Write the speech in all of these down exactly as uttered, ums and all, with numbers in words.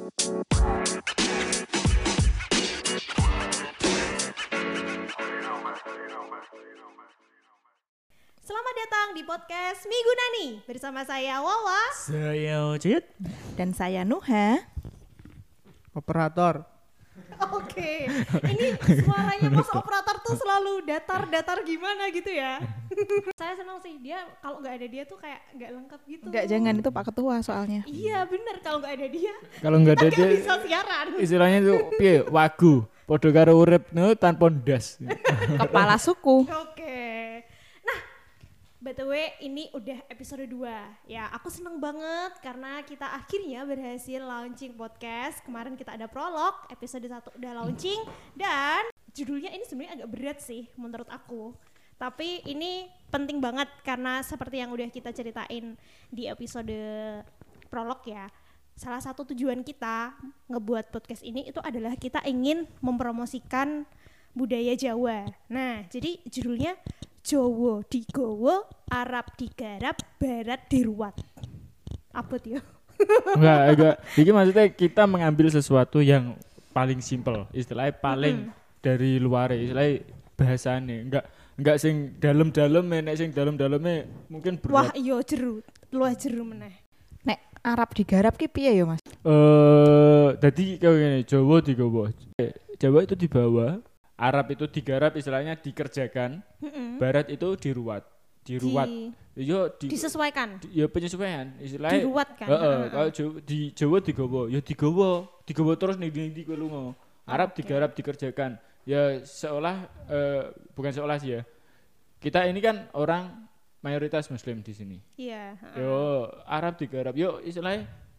Selamat datang di podcast Migunani bersama saya Wawa, saya Ocit, dan saya Nuha. operator. Oke, ini suaranya mas operator tuh selalu datar-datar gimana gitu ya. Saya senang sih, dia kalau nggak ada dia tuh kayak nggak lengkap gitu. Enggak, jangan, itu Pak Ketua soalnya. Iya bener, kalau nggak ada dia Kalau nggak ada kita dia, nggak bisa siaran. istilahnya itu piye wagu, podo karo urip no tanpa ndas. Kepala suku. Oke, nah by the way ini udah episode dua ya, aku seneng banget karena kita akhirnya berhasil launching podcast. Kemarin kita ada prolog, episode satu udah launching, dan judulnya ini sebenarnya agak berat sih menurut aku, tapi ini penting banget karena seperti yang udah kita ceritain di episode prolog ya, salah satu tujuan kita ngebuat podcast ini itu adalah kita ingin mempromosikan budaya Jawa. Nah jadi judulnya Jawa digowo, Arab digarap, Barat diruat. Apa tuh? Enggak, enggak. Jadi maksudnya kita mengambil sesuatu yang paling simpel, istilahnya paling mm-hmm. dari luar, istilahnya bahasane. Enggak enggak sing dalam-dalam, nek sing dalam-daleme mungkin berat. Wah, iya jeru, luah jeru meneh. Nek Arab digarap ki piye ya, Mas? Eh, uh, dadi kayak gini, Jawa digowo. Jawa itu di bawah, Arab itu digarap, istilahnya dikerjakan, mm-hmm. Barat itu diruat, diruat, di, yo di, disesuaikan, di, ya penyesuaian, istilahnya. Diruat kan? Heeh, uh, uh, kalau Jawa, di Jawa digowo, ya digowo, digowo terus nih di di lunga. Arab okay. digarap, dikerjakan, ya seolah, uh, bukan seolah sih ya. Kita ini kan orang mayoritas Muslim di sini. Iya. Uh. Yo Arab digarap, yo istilahnya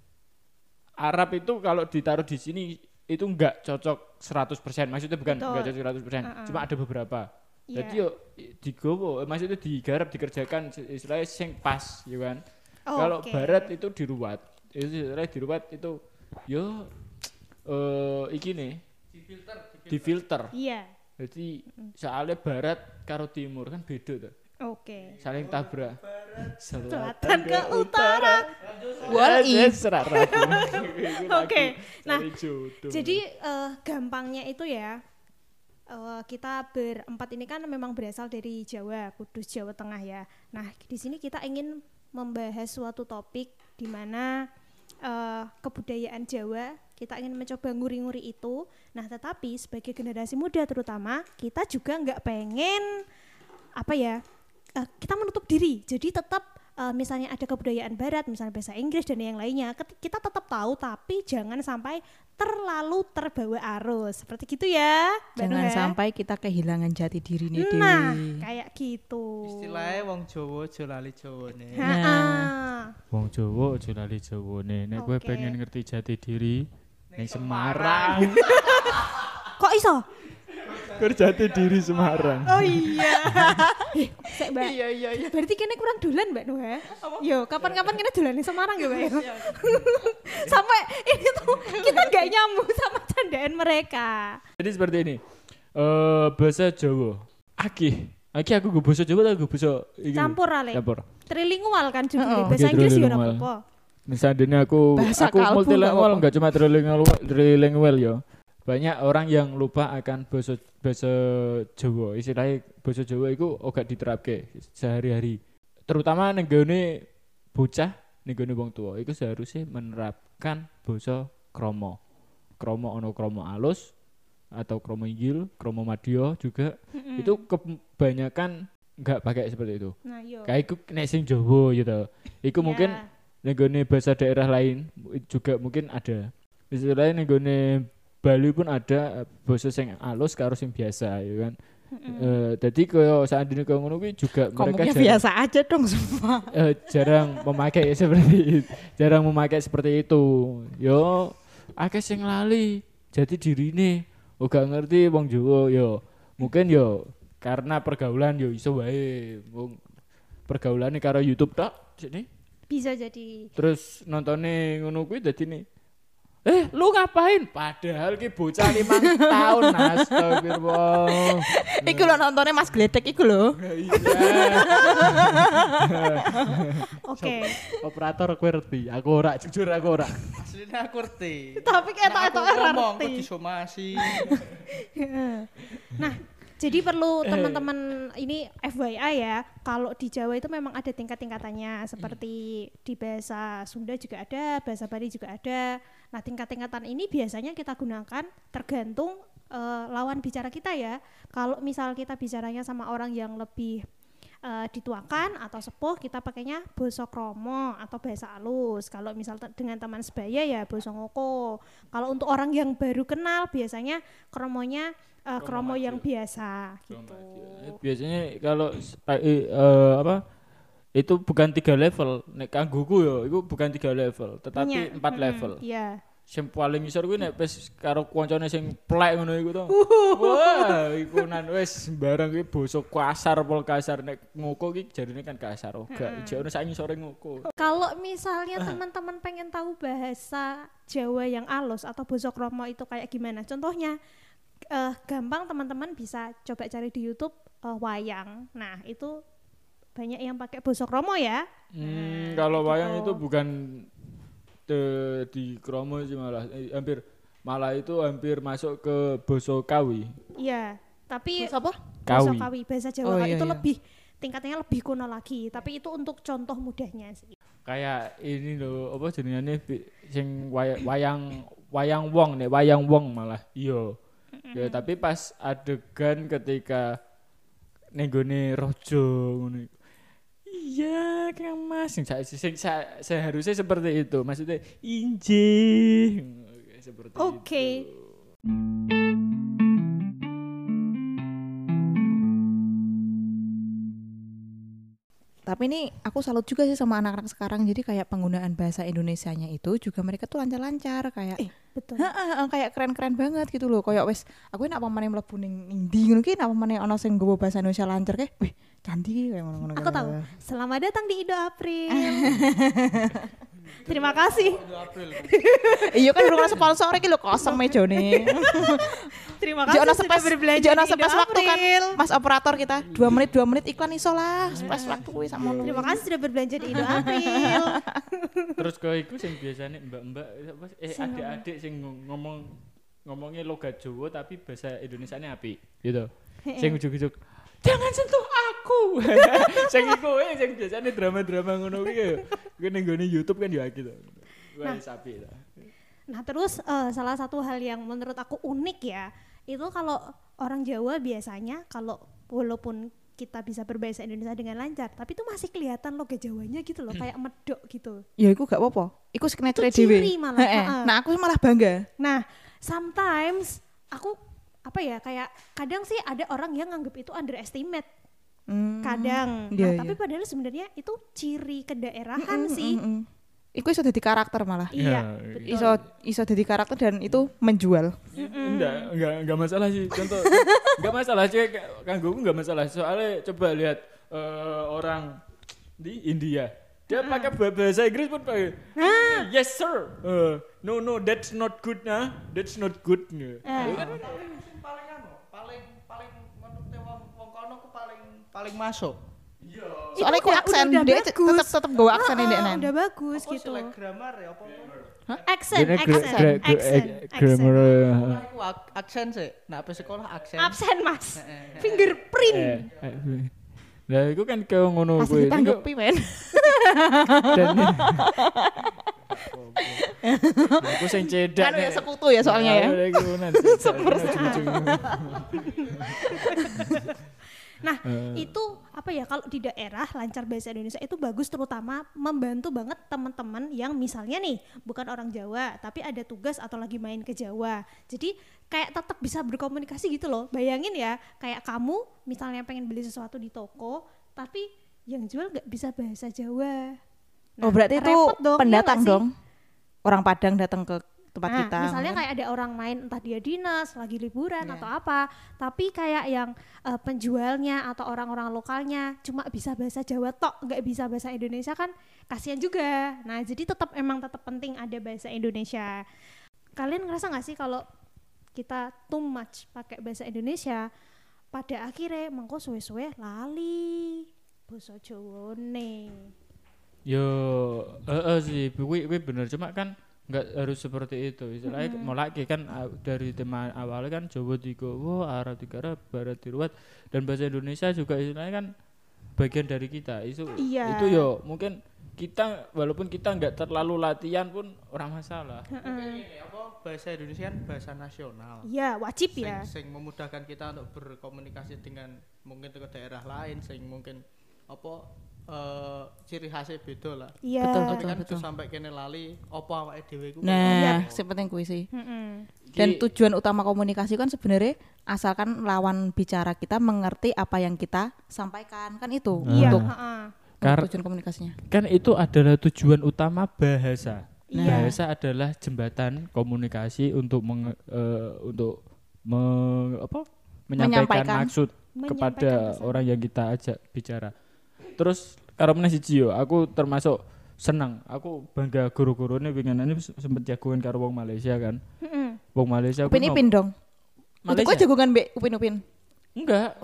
Arab itu kalau ditaruh di sini itu enggak cocok seratus persen, maksudnya bukan Betul. enggak cocok seratus persen, uh-uh. cuma ada beberapa. Yeah. Jadi yo digowo, maksudnya digarap, dikerjakan istilahnya sing pas, ya kan. Oh, kalau okay. Barat itu diruat, itu istilahnya diruat itu yo uh, iki nih difilter, difilter. Iya. Jadi soalnya Barat karo Timur kan beda tuh. Oke. Okay. Saling tabrak. Selatan ke utara. Wali. Oke. Nah, jadi uh, gampangnya itu ya, uh, kita berempat ini kan memang berasal dari Jawa, Kudus, Jawa Tengah ya. Nah, di sini kita ingin membahas suatu topik di mana uh, kebudayaan Jawa, kita ingin mencoba nguri-nguri itu. Nah, tetapi sebagai generasi muda terutama, kita juga nggak pengen apa ya? Uh, kita menutup diri, jadi tetap uh, misalnya ada kebudayaan Barat, misalnya bahasa Inggris dan yang lainnya, kita tetap tahu, tapi jangan sampai terlalu terbawa arus, seperti gitu ya. Jangan Banu, sampai ya? Kita kehilangan jati diri nih Dewi. Nah, kayak gitu. Istilahnya wong Jawa aja lali Jawane. Nah, wong Jawa aja lali Jawane. Nek kowe okay. pengen ngerti jati diri, ning Semarang. Kok iso? Kerjati diri Semarang. Oh iya. eh, Sek Mbak. Iya iya iya. Berarti kene kurang dolan Mbak Nuha. Yo, kapan-kapan kene dolan di Semarang ya, Mbak. Sampai ini tuh kita enggak nyambung sama candaan mereka. Jadi seperti ini. Eh uh, bahasa Jawa. Aki. Aki aku go bahasa Jawa ta go bahasa iki. Campur ale. Campur. Trilingual kan juga oh, bahasa Inggris yo ora apa-apa. Misalnya aku bahasa aku multilingual, enggak cuma trilingual trilingual yo. Banyak orang yang lupa akan bahasa bahasa Jawa. Istilahnya bahasa Jawa itu agak diterapke sehari-hari. Terutama ning gone bocah, ning gone wong tua, iku seharusnya menerapkan bahasa krama. Krama ono krama alus atau krama inggil, krama madya juga. Mm-hmm. Itu kebanyakan enggak pakai seperti itu. Nah, yo. Kayak iku nek sing Jawa gitu. Iku yeah. Mungkin ning gone bahasa daerah lain juga mungkin ada. Istilahnya ning gone Bali pun ada bahasa sing alus karo sing biasa ya kan. Eh dadi koyo saandine koyo ngono kuwi juga mereka jarang, biasa aja dong semua. Eh, jarang memakai seperti itu. Jarang memakai seperti itu. Yo akeh sing lali jati dirine, ora ngerti wong Jawa yo. Mungkin yo karena pergaulan yo iso wae. Wong pergaulane karo YouTube tok sini. Bisa jadi. Terus nontone ngono kuwi dadine Eh, lu ngapain? Padahal ki bocah lima tahun, astagfirullah. Iku lho nontonnya Mas Gledek iku lho. Iya. Oke. Operator kowe ngerti, aku ora, jujur aku ora. Aslinya aku ngerti. Tapi kayak Nah, tak aku tak ngomong ngerti. kok disomasi. Nah, jadi perlu teman-teman ini F Y I ya, kalau di Jawa itu memang ada tingkat-tingkatannya, seperti di bahasa Sunda juga ada, bahasa Bali juga ada. Nah, tingkat-tingkatan ini biasanya kita gunakan tergantung uh, lawan bicara kita ya. Kalau misal kita bicaranya sama orang yang lebih uh, dituakan atau sepuh, kita pakainya basa kromo atau bahasa halus. Kalau misal te- dengan teman sebaya ya basa ngoko. Kalau untuk orang yang baru kenal biasanya kromonya uh, kromo yang biasa gitu. Biasanya kalau eh, eh, apa? Itu bukan tiga level. Nek kanggoku yo, itu bukan tiga level, tetapi Iya, empat mm-mm, level. Iya. Sing paling ngisor kuwi nek wis karo kancane sing plek ngono iku to. Wah, iku nan wis sembarang kuwi basa kasar pol kasar nek ngoko ki jarine kan kasar ora. Ijek ono sak ngisore ngoko. Kalau misalnya teman-teman pengen tahu bahasa Jawa yang halus atau basa kromo itu kayak gimana? Contohnya eh, gampang teman-teman bisa coba cari di YouTube eh, wayang. Nah, itu banyak yang pakai basa kromo ya. Hmm, Nah, kalau gitu. wayang itu bukan de, di kromo sih malah eh, hampir malah itu hampir masuk ke basa Kawi. Iya, tapi Apa? basa Kawi. Kawi, bahasa Jawa Oh, Kawi iya, itu iya. lebih tingkatnya lebih kuno lagi, tapi itu untuk contoh mudahnya sih. Kayak ini loh, apa jenengane bi- sing way- wayang wayang wong nek wayang wong malah. Iya. Ya tapi pas adegan ketika ning gone raja ngono iku. Iya, Kang Mas. Sing, sa- sing sa- seharusnya seperti itu. Maksudnya injih. Seperti Oke. itu. Tapi ini aku salut juga sih sama anak-anak sekarang. Jadi kayak penggunaan bahasa Indonesianya itu juga mereka tuh lancar-lancar kayak Eh, betul. Heeh, kayak keren-keren banget gitu loh. Kayak wes aku ini apa maneh mlebu ning ndi ngono ki apa maneh ana sing nggawa bahasa Indonesia lancar kayak wih cantik kayak ngono-ngono. Aku tahu. Selamat datang di Indo April. Terima kasih. April. Iya kan urung sponsor iki lho kosong mejane. Terima Jek kasih ana sudah sepas berbelanja jek ana di Indo sepas waktu kan. April. Mas operator kita dua menit dua menit iklan iso lah. Sepas waktu kuwi sakmono. Terima kasih sudah berbelanja di Indo April. Terus kau iku sing biasanya mbak-mbak apa sih, eh Sing adik-adik sing ngomong ngomongnya logat Jawa tapi bahasa Indonesianya apik gitu. Sing ujuk-ujuk jangan sentuh aku. Sing iku eh sing biasanya drama-drama ngono kuwi. Kuwi ning gone YouTube kan ya gitu. Wah, Nah. sapi ta. Nah terus eh, salah satu hal yang menurut aku unik ya, itu kalau orang Jawa biasanya kalau walaupun kita bisa berbahasa Indonesia dengan lancar, tapi itu masih kelihatan logat Jawanya gitu loh, kayak medok gitu. Ya iku gak apa-apa. Iku signature Itu ciri dhewe. malah, Heeh. heeh. Nah, aku malah bangga. Nah sometimes aku apa ya kayak kadang sih ada orang yang nganggap itu underestimate, Hmm. kadang. Iya, Nah tapi iya. padahal sebenarnya itu ciri kedaerahan sih. Mm-mm. Iku iso dadi karakter malah. Iya, Ya, betul. Iso iso dadi karakter dan itu menjual. Enggak, enggak, enggak masalah sih. Contoh, enggak masalah sih. Kanggoku enggak masalah. Soalnya coba lihat eh, orang di India. Dia pakai bah- bahasa Inggris pun pakai. Yes sir. Eh, no no, that's not good nah. That's not good. Eh. Ya kan? paling anu, paling paling menurut wong wong kono ku paling paling masuk. Soalnya Itu iku udah- aksen udah dia bagus. tetep tetep gawa aksen Ah, ini ah, Nen. udah bagus Apa gitu. sih like grammar ya apa? Accent, Ini gra- accent, gra- gra- accent, eh, accent. grammar. eh, Nah, iku ak- aksen sih. Nah, apa sekolah aksen? Absen mas, Eh, eh, eh. fingerprint. eh, eh, Lah iku kan kaya ngono Asli kuwi. ditanggapi men. Dan aku sing cedak. Kan ya nek. sekutu ya soalnya ya. Ah, iku nan, cedak, ujung-ujung. Nah Eh. itu apa ya kalau di daerah lancar bahasa Indonesia itu bagus, terutama membantu banget teman-teman yang misalnya nih bukan orang Jawa tapi ada tugas atau lagi main ke Jawa. Jadi kayak tetap bisa berkomunikasi gitu loh. Bayangin ya kayak kamu misalnya pengen beli sesuatu di toko tapi yang jual nggak bisa bahasa Jawa. Oh berarti itu repot dong, iya pendatang nggak sih? dong. Orang Padang datang ke tempat Nah, kita. misalnya kan? kayak ada orang main entah dia dinas, lagi liburan Iya. atau apa, tapi kayak yang eh, penjualnya atau orang-orang lokalnya cuma bisa bahasa Jawa tok, nggak bisa bahasa Indonesia kan kasihan juga. Nah, jadi tetap emang tetap penting ada bahasa Indonesia. kalian ngerasa nggak sih kalau kita too much pakai bahasa Indonesia, pada akhirnya mengko suwe-suwe lali basa Jawane. Yo, eh sih, kuwi kuwi bener, cuma kan nggak harus seperti itu. Istilahnya Mm-mm. mulai kan uh, dari tema awalnya kan Jawa digowo, Arab digara, Barat diruwat, dan bahasa Indonesia juga istilahnya kan bagian dari kita. Itu Iya. itu yo mungkin kita walaupun kita nggak terlalu latihan pun orang masalah. Mungkin ini apa bahasa Indonesia kan bahasa nasional. Iya, wajib Sing, ya. sing memudahkan kita untuk berkomunikasi dengan mungkin ke daerah lain, sing mungkin apa eh, ciri khasnya beda lah. Iya. Betul, Tapi betul. kan tuh sampai kene lali apa awake dhewe iku. Nah, apa. sing penting kuwi sih. Mm-mm. Dan Ki- tujuan utama komunikasi kan sebenarnya asalkan lawan bicara kita mengerti apa yang kita sampaikan, kan itu Iya, untuk, heeh. untuk Kar- tujuan komunikasinya. kan itu adalah tujuan utama bahasa. Iya. Bahasa adalah jembatan komunikasi untuk menge, eh, untuk me- apa? menyampaikan, Menyampaikan. maksud Menyampaikan kepada pesan. orang yang kita ajak bicara. Terus karo meneh siji yo, aku termasuk senang. Aku bangga guru-gurune winginane sempet jagoan karo wong Malaysia kan. Mm-mm. Wong Malaysia Upin Ipin dong. Itu Malaysia. kok jagongan Mbak Upin Upin. Enggak.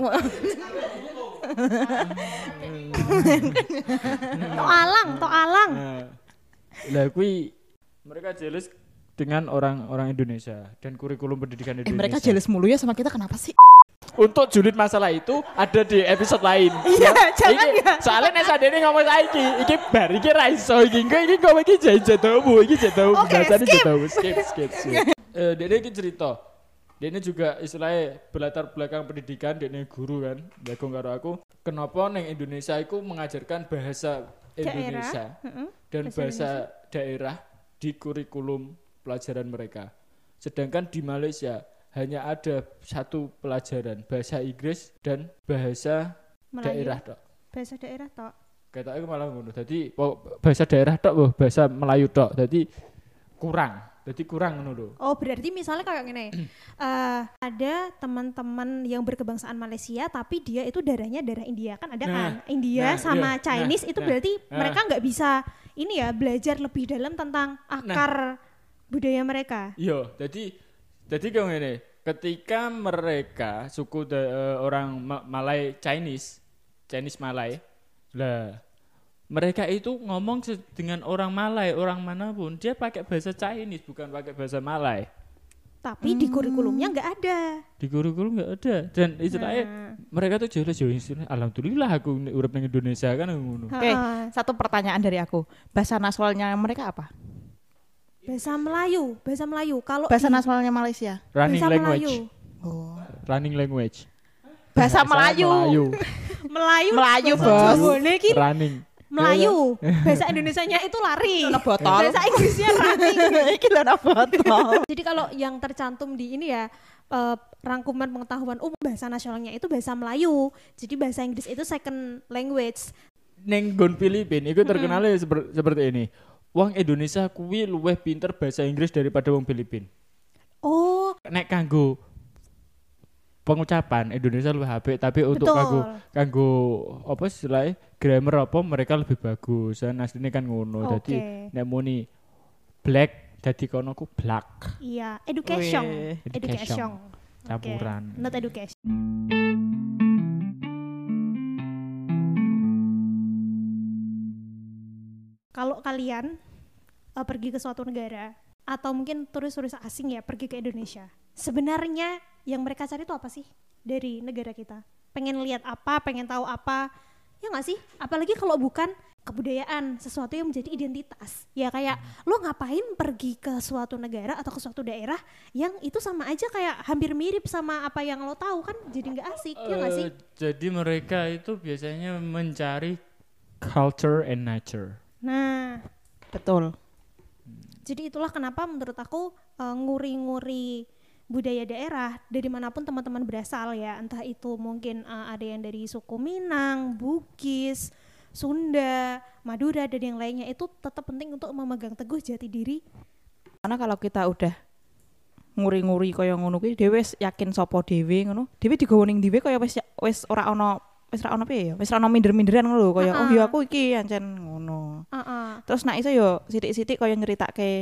Tok alang, tok alang. Nah, lah kuwi mereka jelas dengan orang-orang Indonesia dan kurikulum pendidikan Eh Indonesia. mereka jealous mulu ya sama kita, kenapa sih? Untuk julid masalah itu ada di episode lain. Iya, jangan Iki- ya. Soalnya nek sadene ngomong saiki, iki bar iki ra iso iki. Engko iki ngomong iki jatuhmu, iki jatuhmu. Oke, Bahasane skip. jatuhmu. Skip, skip, skip. Eh, Dene iki cerita. Dene juga istilahnya berlatar belakang pendidikan, dene guru kan, jagung karo aku. Kenapa neng Indonesia itu mengajarkan bahasa Indonesia Heeh. dan Bahasa bahasa daerah di kurikulum pelajaran mereka. Sedangkan di Malaysia hanya ada satu pelajaran, bahasa Inggris dan bahasa Melayu. daerah tok. Bahasa daerah tok. Kata aku malah ngono. Dadi po- bahasa daerah tok, boh, bahasa Melayu tok. Dadi kurang. Dadi kurang ngono lho. Oh, berarti misalnya kayak gini. eh, ada teman-teman yang berkebangsaan Malaysia tapi dia itu darahnya darah India, kan ada Nah, kan? India nah, sama iya, Chinese nah, itu nah, berarti nah. mereka nggak bisa ini ya belajar lebih dalam tentang akar budaya mereka. Iya, jadi jadi kayak ngene. Ketika mereka suku da- eh, orang Ma- Malay Chinese, Chinese Malay, lah mereka itu ngomong se- dengan orang Malay, orang manapun dia pakai bahasa Chinese bukan pakai bahasa Malay. Tapi di kurikulumnya nggak ada. Di kurikulum nggak ada dan istilahnya Nah. mereka tuh jelas yo istilahnya alhamdulillah aku nek urip nang Indonesia kan ngono. Oke, Ha-ha. satu pertanyaan dari aku. Bahasa nasionalnya mereka apa? Bahasa Melayu, bahasa Melayu. Kalau Bahasa di- nasionalnya Malaysia. Running bahasa language. Melayu. Oh. Running language. Bahasa Melayu. Melayu. Melayu. Melayu, bahasa Bos. Jawane ki Running. Melayu. Bahasa Indonesianya itu lari. Lona botol. Bahasa Inggrisnya running. Iki lona botol. Jadi kalau yang tercantum di ini ya eh, rangkuman pengetahuan umum bahasa nasionalnya itu bahasa Melayu. Jadi bahasa Inggris itu second language. Neng gon Filipin itu terkenalnya seper- seperti ini. Wong Indonesia kuwi luwih pinter bahasa Inggris daripada wong Filipin. Oh, Nek kanggo pengucapan Indonesia lebih apik, tapi untuk betul. kanggo kanggo apa istilahnya grammar apa mereka lebih bagus. Nah, asline kan ngono. Oke. Dadi nek muni black dadi kono ku black. Iya, education. Wih, Education. Campuran. Oke, not education. Kalau kalian uh, pergi ke suatu negara atau mungkin turis-turis asing ya pergi ke Indonesia, sebenarnya yang mereka cari itu apa sih dari negara kita? Pengen lihat apa, pengen tahu apa, ya nggak sih? Apalagi kalau bukan kebudayaan, sesuatu yang menjadi identitas. Ya kayak lo ngapain pergi ke suatu negara atau ke suatu daerah yang itu sama aja kayak hampir mirip sama apa yang lo tahu, kan jadi nggak asik, ya nggak sih? Eh, jadi mereka itu biasanya mencari culture and nature. Nah, betul. jadi itulah kenapa menurut aku uh, nguri-nguri budaya daerah dari manapun teman-teman berasal ya, entah itu mungkin uh, ada yang dari suku Minang, Bugis, Sunda, Madura dan yang lainnya, itu tetap penting untuk memegang teguh jati diri. Karena kalau kita udah nguri-nguri kaya ngono kuwi dhewe wis yakin sapa dhewe ngono. Dhewe digawa ning dhewe kaya wis wis ora ana wis ora ana piye ya? Wis ora ana minder-minderan ngono lho kaya oh Uh-uh. ya aku iki ancen ngono. Uh-uh. Terus nek iso yo sithik-sithik kaya nyeritake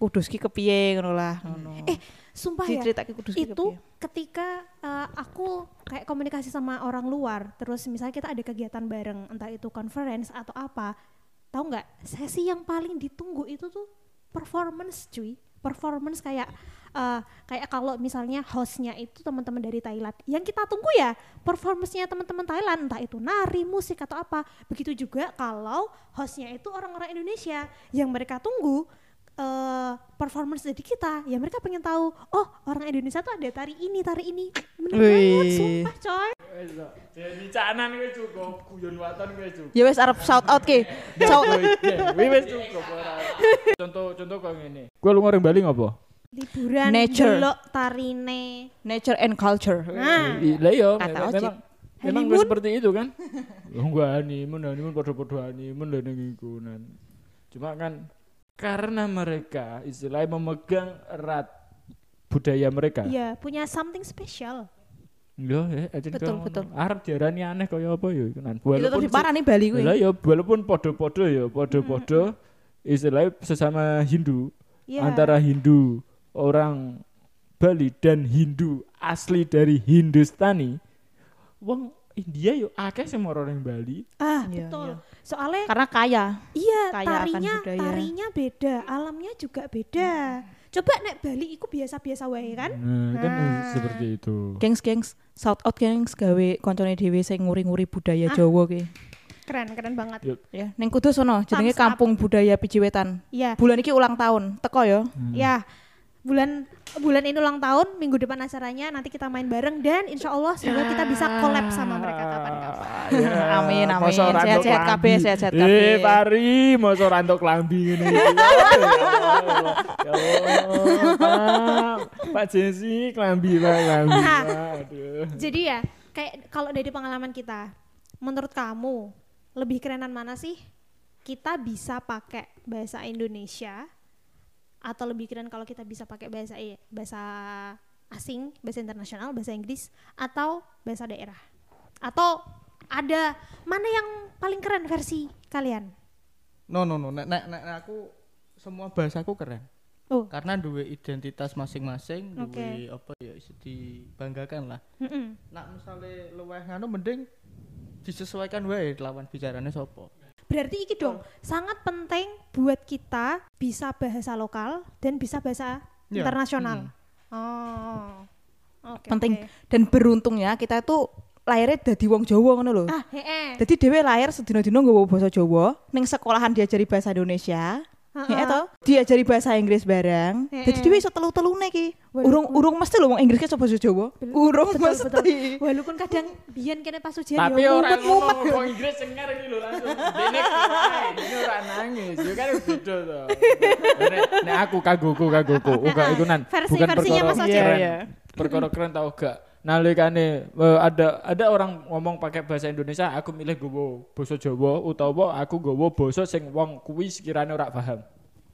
Kudus ki kepiye ngono lah ngono. Eh, sumpah ya. Diceritake Kudus ki Itu kepiye. ketika uh, aku kayak komunikasi sama orang luar, terus misalnya kita ada kegiatan bareng, entah itu conference atau apa, tahu nggak? Sesi yang paling ditunggu itu tuh performance, cuy. Performance kayak uh, kayak kalau misalnya hostnya itu teman-teman dari Thailand, yang kita tunggu ya performance-nya teman-teman Thailand, entah itu nari, musik atau apa. Begitu juga kalau hostnya itu orang-orang Indonesia, yang mereka tunggu Uh, performance dari kita, ya mereka pengen tahu, oh orang Indonesia tuh ada tari ini, tari ini, bener banget, sumpah coy. Jadi canan kowe cukup, guyon waton kowe cukup. Ya wes arep shout out ki. Shout Wis wis cukup ora. Contoh contoh kok ngene. Kowe lunga ring Bali ngopo? Liburan, Nature. delok tarine. nature and culture. Nah, I- Lah iya, Kata memang Ojek. memang memang gue seperti itu kan. Enggak honeymoon, honeymoon podo-podo honeymoon lho ning iku nan. Cuma kan karena mereka istilahnya memegang erat budaya mereka. iya punya something special. Yo, eh, aja Betul, kau betul. Arab diarani aneh kaya apa ya iku nan. Itu Walaupun tapi parah nih Bali kuwi. lah ya walaupun podo-podo ya, podo-podo istilahnya sesama Hindu, Iya. antara Hindu orang Bali dan Hindu asli dari Hindustani. Wong India yo akeh sing moro ning Bali. Ah, Iya, betul. iya. Soalnya Karena kaya. iya kaya akan tarinya budaya. tarinya beda, alamnya juga beda. Coba nek Bali iku biasa-biasa wae kan? Nah, kan Nah. seperti itu. Gengs gengs, shout out gengs gawe koncone dhewe sing nguri-nguri budaya Ah. Jawa ki. Keren, keren banget. Yo. Ya, ning Kudus sono jenenge Thumbs up. Kampung Budaya Pijiwetan. Iya, Bulan iki ulang tahun. Teko ya. Hmm. ya. Bulan bulan ini ulang tahun, minggu depan acaranya, nanti kita main bareng dan insya Allah semoga kita bisa collab sama mereka kapan-kapan. Ya, Amin, amin. masa ora entuk Sehat-sehat klambi. kabeh, sehat-sehat Eh, kabeh. Pari, masa ora entuk klambi ngene iki. Ya Allah, Pak. Pak Jesi klambi Pak, klambi Pak. Aduh. Jadi ya, kayak kalau dari pengalaman kita, menurut kamu lebih kerenan mana sih? Kita bisa pakai bahasa Indonesia atau lebih keren kalau kita bisa pakai bahasa eh, bahasa asing, bahasa internasional, bahasa Inggris atau bahasa daerah? Atau ada mana yang paling keren versi kalian? No no no, nek nek nek nek aku semua bahasaku keren. Oh, Karena duwe identitas masing-masing, duwe Oke. apa ya isi dibanggakan lah. mm-mm. Nak misale luweh ngono mending disesuaikan wae lawan bicarane sapa. Berarti iki dong sangat penting buat kita bisa bahasa lokal dan bisa bahasa Ya, internasional. Oh, oke. Penting. oke. Dan beruntungnya kita itu lahirnya dadi wong Jawa ngono lho. Ah, heeh. Jadi dhewe lahir sedina-dina nggawa basa Jawa, ning sekolahan diajari bahasa Indonesia. Ya to, diajari bahasa Inggris bareng. Heeh. Jadi dhewe iso telu-telune ki. Walaupun- Urung urung mesti lho wong Inggris ki coba Jawa. Betul, Urung betul, mesti. betul. Walaupun kadang biyen kene pas ujian Tapi ya orang ngumpet-ngumpet. ngomong kok Inggris sengar iki lho langsung. Dene kuwae, dene ora nangis. Ya kan beda to. Nek nek aku kaguku kaguku. Uga iku nan Versi- bukan versinya perkara Mas Oce. keren. Iya, iya. Perkara keren tau gak? Nalikane eh, ada ada orang ngomong pakai bahasa Indonesia, aku milih gowo basa Jawa utawa aku gowo basa sing wong kuwi sekiranya ora paham.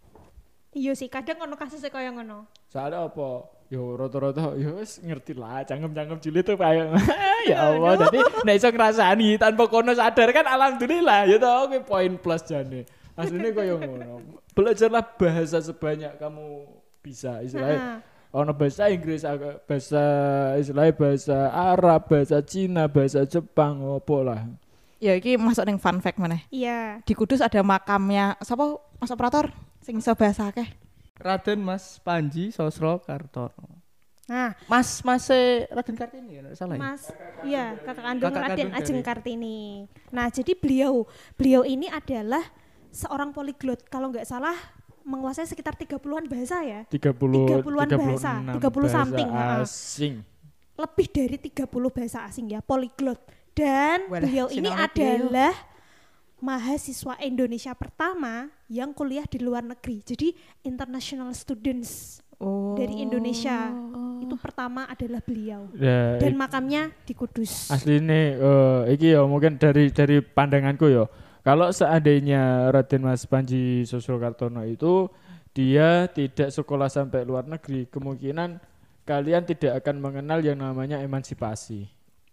Iya sih, kadang ono kasusnya kaya ngono. Soalnya apa? Yo rata-rata yo wis ngerti lah, cangkem-cangkem cilik tuh kayak ya Allah. Jadi nek iso ngrasani tanpa kono sadar kan alhamdulillah ya toh kuwi poin plus jane. Asline koyo ngono. Belajarlah bahasa sebanyak kamu bisa. Istilahnya ono bahasa Inggris, aga- bahasa istilahnya bahasa Arab, bahasa Cina, bahasa Jepang opo lah. Ya iki masuk ning fun fact maneh. Iya. Di Kudus ada makamnya sapa Mas operator sing iso bahasa akeh. Raden Mas Panji Sosro Kartono. Nah, Mas Mas Raden Kartini ya, nggak salah ya? Mas, iya kakak kandung Kakak Raden kandung Ajeng dari- Kartini. Nah, jadi beliau, beliau ini adalah seorang poliglot. Kalau nggak salah menguasai sekitar tiga puluhan bahasa ya. tiga puluh tiga puluhan bahasa, enam tiga puluh bahasa something, ha. asing. Lebih dari tiga puluh bahasa asing ya, poliglot. Dan Walah, beliau ini sinarnya beliau. adalah mahasiswa Indonesia pertama yang kuliah di luar negeri. Jadi international students Oh. dari Indonesia itu pertama adalah beliau. Ya, Dan makamnya di Kudus. asline eh iki ya mungkin dari dari pandanganku ya. Kalau seandainya Raden Mas Panji Sosrokartono itu dia tidak sekolah sampai luar negeri, kemungkinan kalian tidak akan mengenal yang namanya emansipasi.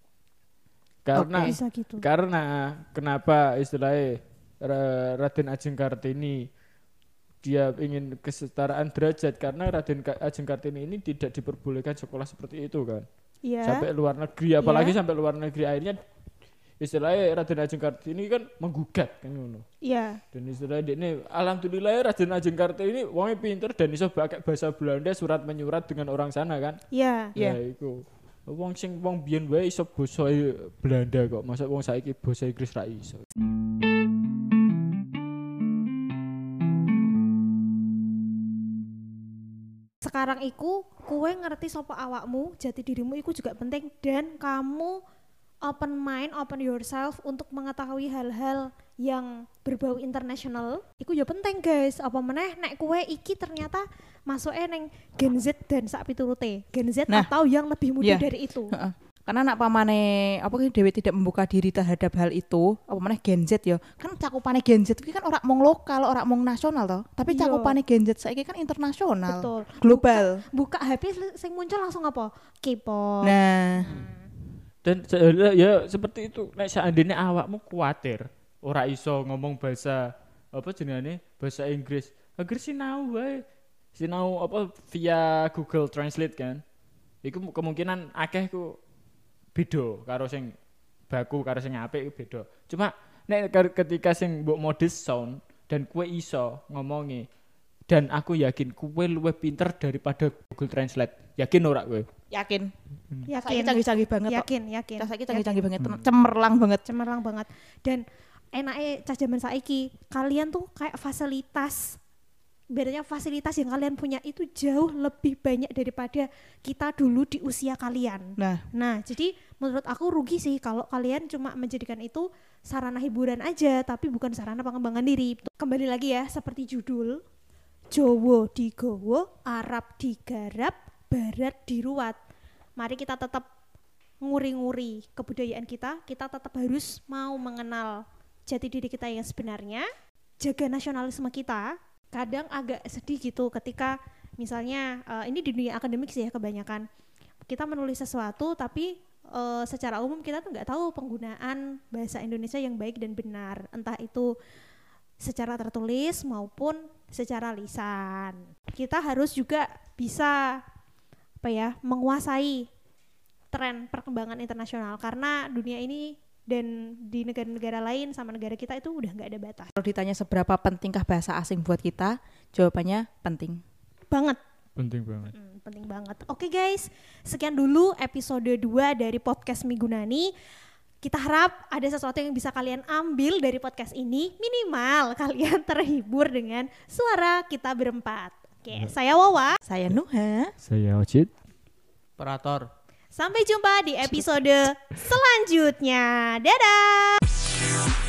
Karena Bisa gitu. karena kenapa istilahnya Ra- Raden Ajeng Kartini dia ingin kesetaraan derajat karena Raden Ajeng Kartini ini tidak diperbolehkan sekolah seperti itu kan. Iya. Sampai luar negeri apalagi Iya. sampai luar negeri akhirnya istilahnya Raden Ajeng Kartini kan menggugat kan ngono. Iya. Dan istilahnya ini alhamdulillah Raden Ajeng Kartini ini wongnya pinter dan iso pakai bahasa Belanda surat menyurat dengan orang sana kan. Iya. Ya Iya. iku. Wong sing wong biyen wae iso basa Belanda kok. Masa wong saiki basa Inggris ra iso. Sekarang iku kue ngerti sapa awakmu, jati dirimu iku juga penting dan kamu open mind, open yourself untuk mengetahui hal-hal yang berbau internasional. Iku ya penting guys. Apa meneh nek kue iki ternyata masuknya neng Gen Z dan sak piturute. Gen Z Nah, atau yang lebih muda iya. dari itu. Heeh. Karena nak pamane apa ki dhewe tidak membuka diri terhadap hal itu, apa maneh Gen Z ya. Kan cakupane Gen Z iki kan ora mung lokal, ora mung nasional toh, tapi Iya. cakupane Gen Z saiki kan internasional. Betul. Global. Buka H P sing muncul langsung apa? K-pop. Nah, Dan se- ya seperti itu. Nek seandainya awakmu kuatir ora iso ngomong bahasa apa jenenge bahasa Inggris. Agar sinau wae. Sinau apa via Google Translate kan. Iku kemungkinan akeh ku beda karo sing baku karo sing apik iku beda. Cuma nek kar- ketika sing mbok modis sound dan kue iso ngomongi dan aku yakin kue luwih pinter daripada Google Translate. Yakin ora kowe? yakin. Saiki Yakin. canggih-canggih banget kok. Yakin, yakin. Cah saiki canggih-canggih banget, Hmm. cemerlang banget. Cemerlang banget. Dan enaknya cah zaman saiki, kalian tuh kayak fasilitas bedanya fasilitas yang kalian punya itu jauh lebih banyak daripada kita dulu di usia kalian. Nah, Nah, jadi menurut aku rugi sih kalau kalian cuma menjadikan itu sarana hiburan aja, tapi bukan sarana pengembangan diri. Kembali lagi ya, seperti judul, Jowo digowo, Arab digarap, Barat diruat. Mari kita tetap nguri-nguri kebudayaan kita, kita tetap harus mau mengenal jati diri kita yang sebenarnya, jaga nasionalisme kita. Kadang agak sedih gitu ketika misalnya uh, ini di dunia akademik sih ya kebanyakan kita menulis sesuatu tapi uh, secara umum kita tuh nggak tahu penggunaan bahasa Indonesia yang baik dan benar, entah itu secara tertulis maupun secara lisan. Kita harus juga bisa apa ya menguasai tren perkembangan internasional karena dunia ini dan di negara-negara lain sama negara kita itu udah nggak ada batas. kalau ditanya seberapa pentingkah bahasa asing buat kita, jawabannya penting. Banget. Penting banget. Hmm, penting banget. Oke guys, sekian dulu episode dua dari podcast Migunani. Kita harap ada sesuatu yang bisa kalian ambil dari podcast ini. Minimal kalian terhibur dengan suara kita berempat. Oke, saya Wawa. Saya Nuha. Saya Ocit. Operator. Sampai jumpa di episode selanjutnya. Dadah!